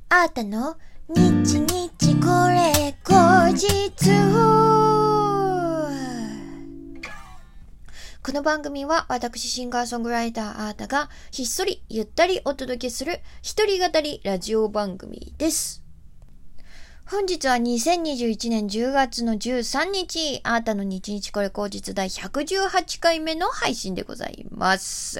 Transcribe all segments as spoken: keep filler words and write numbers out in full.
あーたの日日これ後日。この番組は私シンガーソングライターあーたがひっそりゆったりお届けする一人語りラジオ番組です。本日はにせんにじゅういちねんじゅうがつのじゅうさんにち、あーたの日日これ後日第ひゃくじゅうはちかいめの配信でございます。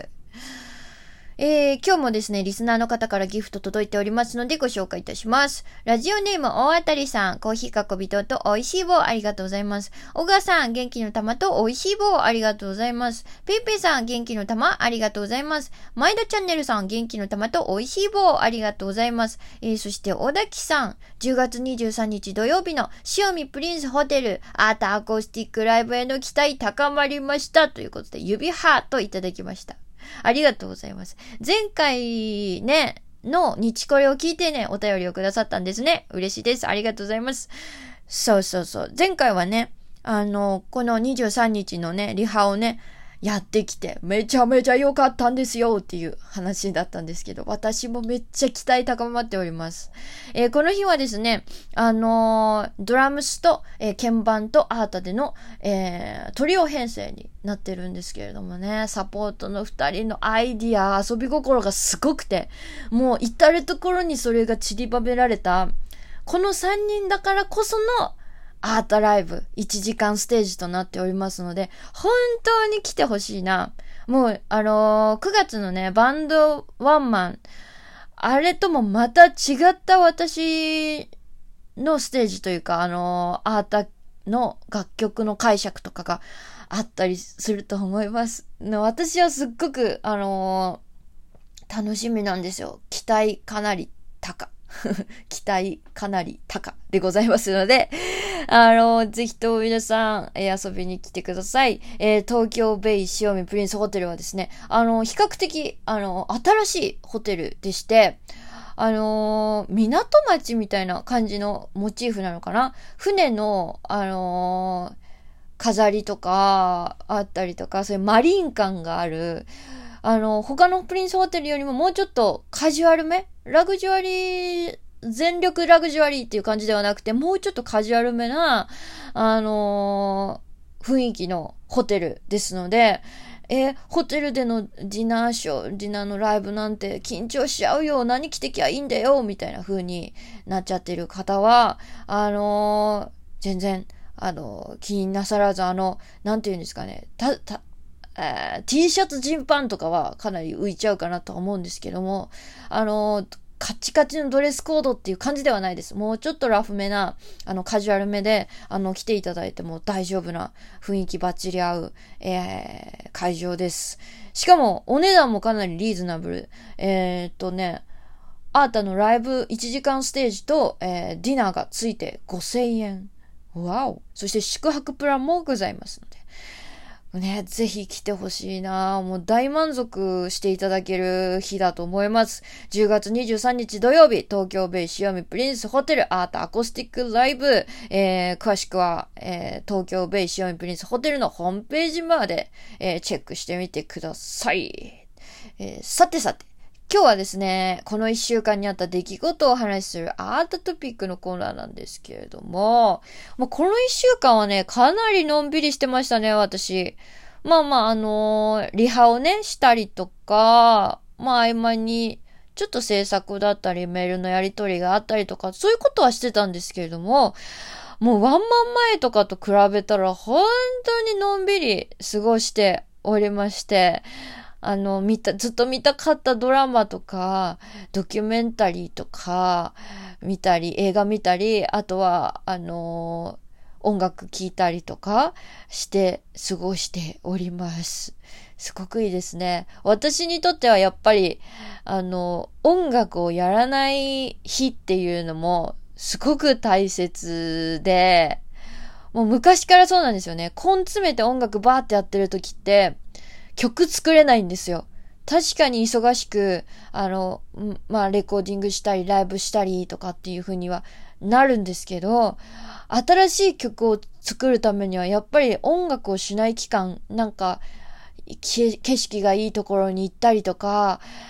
えー、今日もですね、リスナーの方からギフト届いておりますのでご紹介いたします。ラジオネーム大当たりさん、コーヒーかこびとと美味しい棒ありがとうございます。小川さん、元気の玉と美味しい棒ありがとうございます。ペイペイさん、元気の玉ありがとうございます。前田チャンネルさん、元気の玉と美味しい棒ありがとうございます。えー、そして小田木さん、じゅうがつにじゅうさんにち土曜日の塩見プリンスホテルアートアコースティックライブへの期待高まりましたということで指ハートいただきました。ありがとうございます。前回ね、の日これを聞いてね、お便りをくださったんですね。嬉しいです。ありがとうございます。そうそうそう。前回はね、あの、このにじゅうさんにちのね、リハをね、やってきて、めちゃめちゃ良かったんですよっていう話だったんですけど、私もめっちゃ期待高まっております。えー、この日はですね、あのー、ドラムスと、えー、鍵盤とアートでの、えー、トリオ編成になってるんですけれどもね、サポートの二人のアイディア、遊び心がすごくて、もう至るところにそれが散りばめられた、この三人だからこそのアートライブいちじかんステージとなっておりますので、本当に来てほしいな。もう、あのー、くがつのね、バンドワンマン、あれともまた違った私のステージというか、あのー、アートの楽曲の解釈とかがあったりすると思います。私はすっごく、あのー、楽しみなんですよ。期待かなり高。期待かなり高でございますので、あの、ぜひと皆さん、えー、遊びに来てください。えー、東京ベイ塩見プリンスホテルはですね、あの、比較的、あの、新しいホテルでして、あのー、港町みたいな感じのモチーフなのかな？船の、あのー、飾りとかあったりとか、そういうマリン感がある、あの、他のプリンスホテルよりももうちょっとカジュアルめ？ラグジュアリー、全力ラグジュアリーっていう感じではなくて、もうちょっとカジュアルめな、あのー、雰囲気のホテルですので、えー、ホテルでのディナーショー、ディナーのライブなんて緊張しちゃうよ、何着てきゃいいんだよ、みたいな風になっちゃってる方は、あのー、全然、あのー、気になさらず、あの、なんていうんですかね、た、た、えー、T シャツジンパンとかはかなり浮いちゃうかなと思うんですけども、あのー、カチカチのドレスコードっていう感じではないです。もうちょっとラフめな、あの、カジュアルめで、あの、来ていただいても大丈夫な雰囲気バッチリ合う、えー、会場です。しかも、お値段もかなりリーズナブル。えー、っとね、アータのライブいちじかんステージと、えー、ディナーがついてごせんえん。わお。そして宿泊プランもございますので。ね、ぜひ来てほしいな。もう大満足していただける日だと思います。じゅうがつにじゅうさんにち土曜日、東京ベイ塩見プリンスホテルアートアコースティックライブ。えー、詳しくは、えー、東京ベイ塩見プリンスホテルのホームページまで、えー、チェックしてみてください。えー、さてさて。今日はですね、この一週間にあった出来事をお話しするアートトピックのコーナーなんですけれども、もうこの一週間はね、かなりのんびりしてましたね、私。まあまあ、あのー、リハをね、したりとか、まあ合間に、ちょっと制作だったり、メールのやり取りがあったりとか、そういうことはしてたんですけれども、もうワンマン前とかと比べたら、本当にのんびり過ごしておりまして、あの、見た、ずっと見たかったドラマとか、ドキュメンタリーとか、見たり、映画見たり、あとは、あのー、音楽聴いたりとかして過ごしております。すごくいいですね。私にとってはやっぱり、あの、音楽をやらない日っていうのもすごく大切で、もう昔からそうなんですよね。根詰めて音楽バーってやってる時って、曲作れないんですよ。確かに忙しく、あの、まあ、レコーディングしたり、ライブしたりとかっていう風にはなるんですけど、新しい曲を作るためにはやっぱり音楽をしない期間、なんか、景色がいいところに行ったりとか、う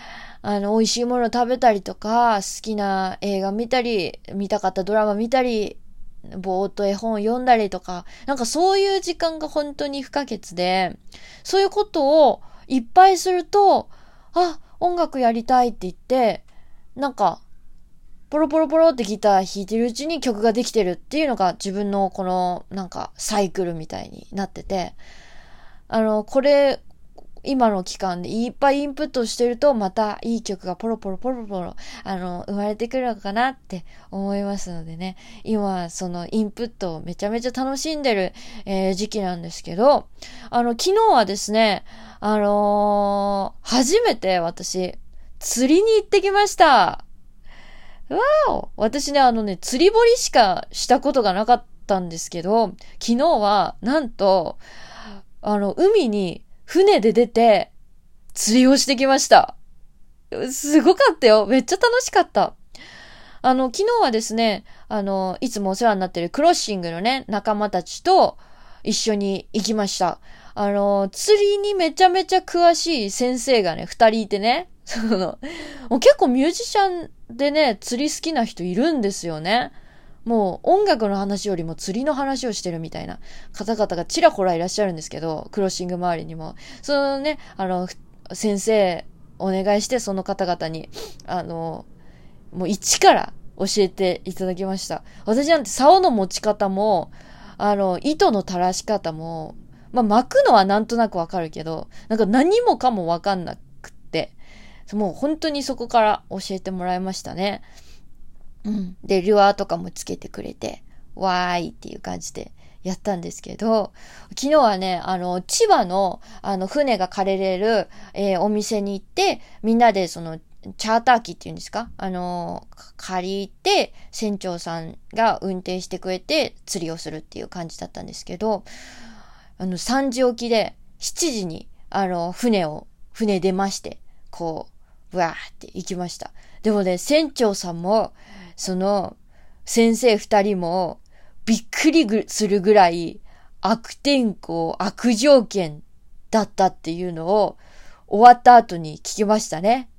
あの、美味しいもの食べたりとか、好きな映画見たり、見たかったドラマ見たり、ぼーっと絵本読んだりとか、なんかそういう時間が本当に不可欠で、そういうことをいっぱいすると、あ、音楽やりたいって言って、なんか、ポロポロポロってギター弾いてるうちに曲ができてるっていうのが自分のこのなんかサイクルみたいになってて、あの、これ、今の期間でいっぱいインプットしてるとまたいい曲がポロポロポロポロあの生まれてくるのかなって思いますのでね、今そのインプットをめちゃめちゃ楽しんでる、えー、時期なんですけど、あの昨日はですね、あのー、初めて私釣りに行ってきました。わお、私ねあのね釣り堀しかしたことがなかったんですけど、昨日はなんとあの海に船で出て釣りをしてきました。すごかったよ。めっちゃ楽しかった。あの、昨日はですね、あの、いつもお世話になってるクロッシングのね、仲間たちと一緒に行きました。あの、釣りにめちゃめちゃ詳しい先生がね、二人いてね、その、もう結構ミュージシャンでね、釣り好きな人いるんですよね。もう音楽の話よりも釣りの話をしてるみたいな方々がちらほらいらっしゃるんですけど、クロッシング周りにも。そのね、あの、先生お願いしてその方々に、あの、もう一から教えていただきました。私なんて竿の持ち方も、あの、糸の垂らし方も、まあ、巻くのはなんとなくわかるけど、なんか何もかもわかんなくって、もう本当にそこから教えてもらいましたね。うん。で、ルアーとかもつけてくれて、わーいっていう感じでやったんですけど、昨日はね、あの、千葉の、あの、船が借りれる、えー、お店に行って、みんなでその、チャーター機っていうんですか？あの、借りて、船長さんが運転してくれて、釣りをするっていう感じだったんですけど、あの、さんじ起きで、しちじに、あの、船を、船出まして、こう、わーって行きました。でもね、船長さんも、その先生二人もびっくりするぐらい悪天候、悪条件だったっていうのを終わった後に聞きましたね。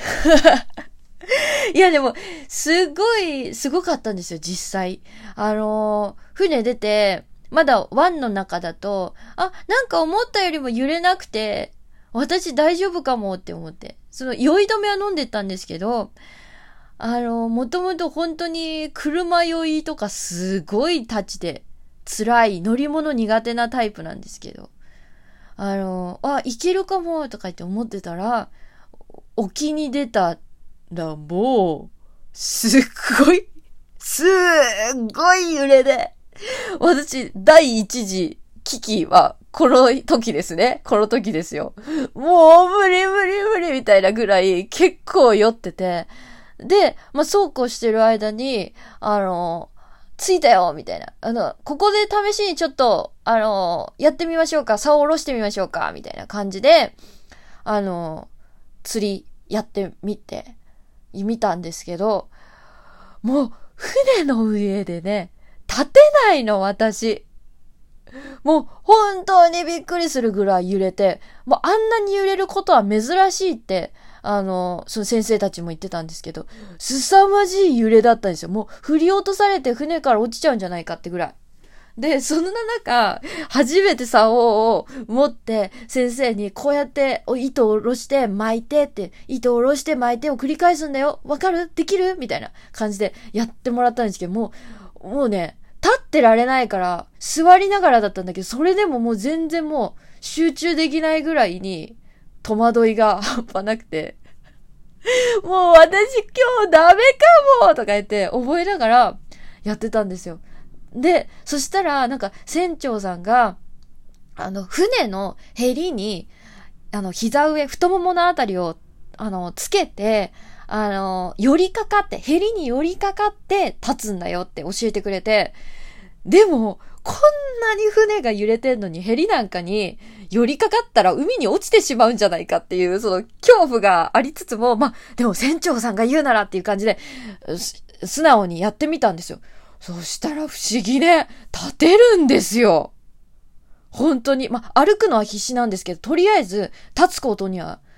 いやでもすごいすごかったんですよ実際。あの船出てまだ湾の中だと、あ、なんか思ったよりも揺れなくて私大丈夫かもって思って、その酔い止めは飲んでたんですけど。あの、もともと本当に車酔いとかすごいたちで辛い乗り物苦手なタイプなんですけど、あの、あ、いけるかもとか言って思ってたら、沖に出たらもう、すっごい、すっごい揺れで、私、第一次危機は、この時ですね。この時ですよ。もう無理無理無理みたいなぐらい結構酔ってて、で、まあ、そうこうしてる間に、あの、着いたよみたいな。あの、ここで試しにちょっと、あの、やってみましょうか。竿を下ろしてみましょうか。みたいな感じで、あの、釣りやってみて、見たんですけど、もう、船の上でね、立てないの、私。もう、本当にびっくりするぐらい揺れて、もうあんなに揺れることは珍しいって、あの、その先生たちも言ってたんですけど、凄まじい揺れだったんですよ。もう振り落とされて船から落ちちゃうんじゃないかってぐらい。で、その中、初めて竿を持って先生にこうやって糸を下ろして巻いてって、糸を下ろして巻いてを繰り返すんだよ。わかる？できる？みたいな感じでやってもらったんですけど、もう、もうね、立ってられないから座りながらだったんだけど、それでももう全然もう集中できないぐらいに戸惑いが半端なくて、もう私今日ダメかもとか言って覚えながらやってたんですよ。で、そしたらなんか船長さんがあの船のヘリにあの膝上、太もものあたりをあのつけて、あの寄りかかってヘリに寄りかかって立つんだよって教えてくれて、でもこんなに船が揺れてんのにヘリなんかに寄りかかったら海に落ちてしまうんじゃないかっていうその恐怖がありつつも、まあでも船長さんが言うならっていう感じで素直にやってみたんですよ。そしたら不思議ね、立てるんですよ。本当に。まあ歩くのは必死なんですけど、とりあえず立つことには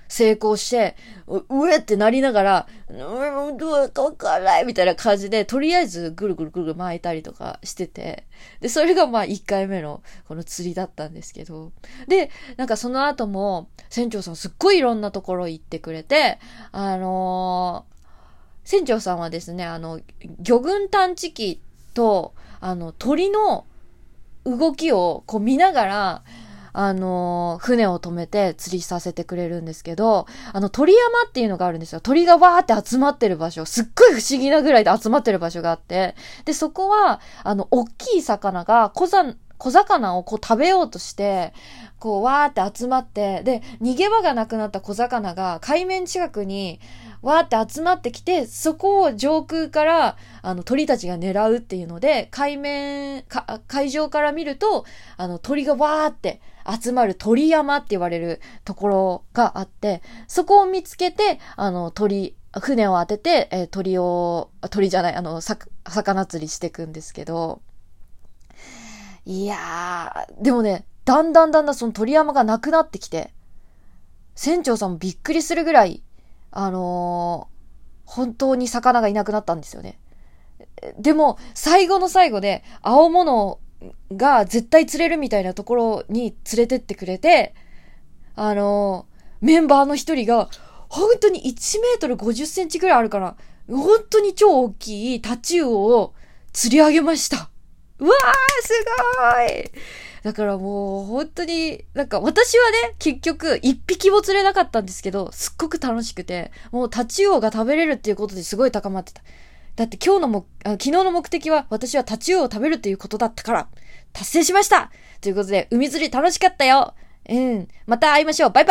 成功して、う、うえってなりながら、うん、どうかわかんないみたいな感じで、とりあえずぐるぐるぐるぐる巻いたりとかしてて、で、それがまあいっかいめのこの釣りだったんですけど、で、なんかその後も、船長さんすっごいいろんなところ行ってくれて、あのー、船長さんはですね、あの、魚群探知機と、あの、鳥の動きをこう見ながら、あのー、船を止めて釣りさせてくれるんですけど、あの、鳥山っていうのがあるんですよ。鳥がわーって集まってる場所、すっごい不思議なぐらいで集まってる場所があって、で、そこは、あの、大きい魚が小ざ、小魚をこう食べようとして、こうわーって集まって、で、逃げ場がなくなった小魚が海面近くにわーって集まってきて、そこを上空から、あの、鳥たちが狙うっていうので、海面、か海上から見ると、あの、鳥がわーって集まる鳥山って言われるところがあって、そこを見つけて、あの、鳥、船を当てて、えー、鳥を、鳥じゃない、あの、さ、魚釣りしていくんですけど、いやー、でもね、だんだんだんだんその鳥山がなくなってきて、船長さんもびっくりするぐらい、あのー、本当に魚がいなくなったんですよね。でも、最後の最後で、青物が絶対釣れるみたいなところに連れてってくれて、あのー、メンバーの一人が、本当にいちメートルごじゅっセンチぐらいあるから、本当に超大きいタチウオを釣り上げました。うわー、すごい。だからもう本当に、なんか私はね、結局一匹も釣れなかったんですけど、すっごく楽しくて、もうタチウオが食べれるっていうことですごい高まってた。だって今日のも、あ昨日の目的は私はタチウオを食べるっていうことだったから、達成しましたということで、海釣り楽しかったよ。うん。また会いましょう。バイバイ。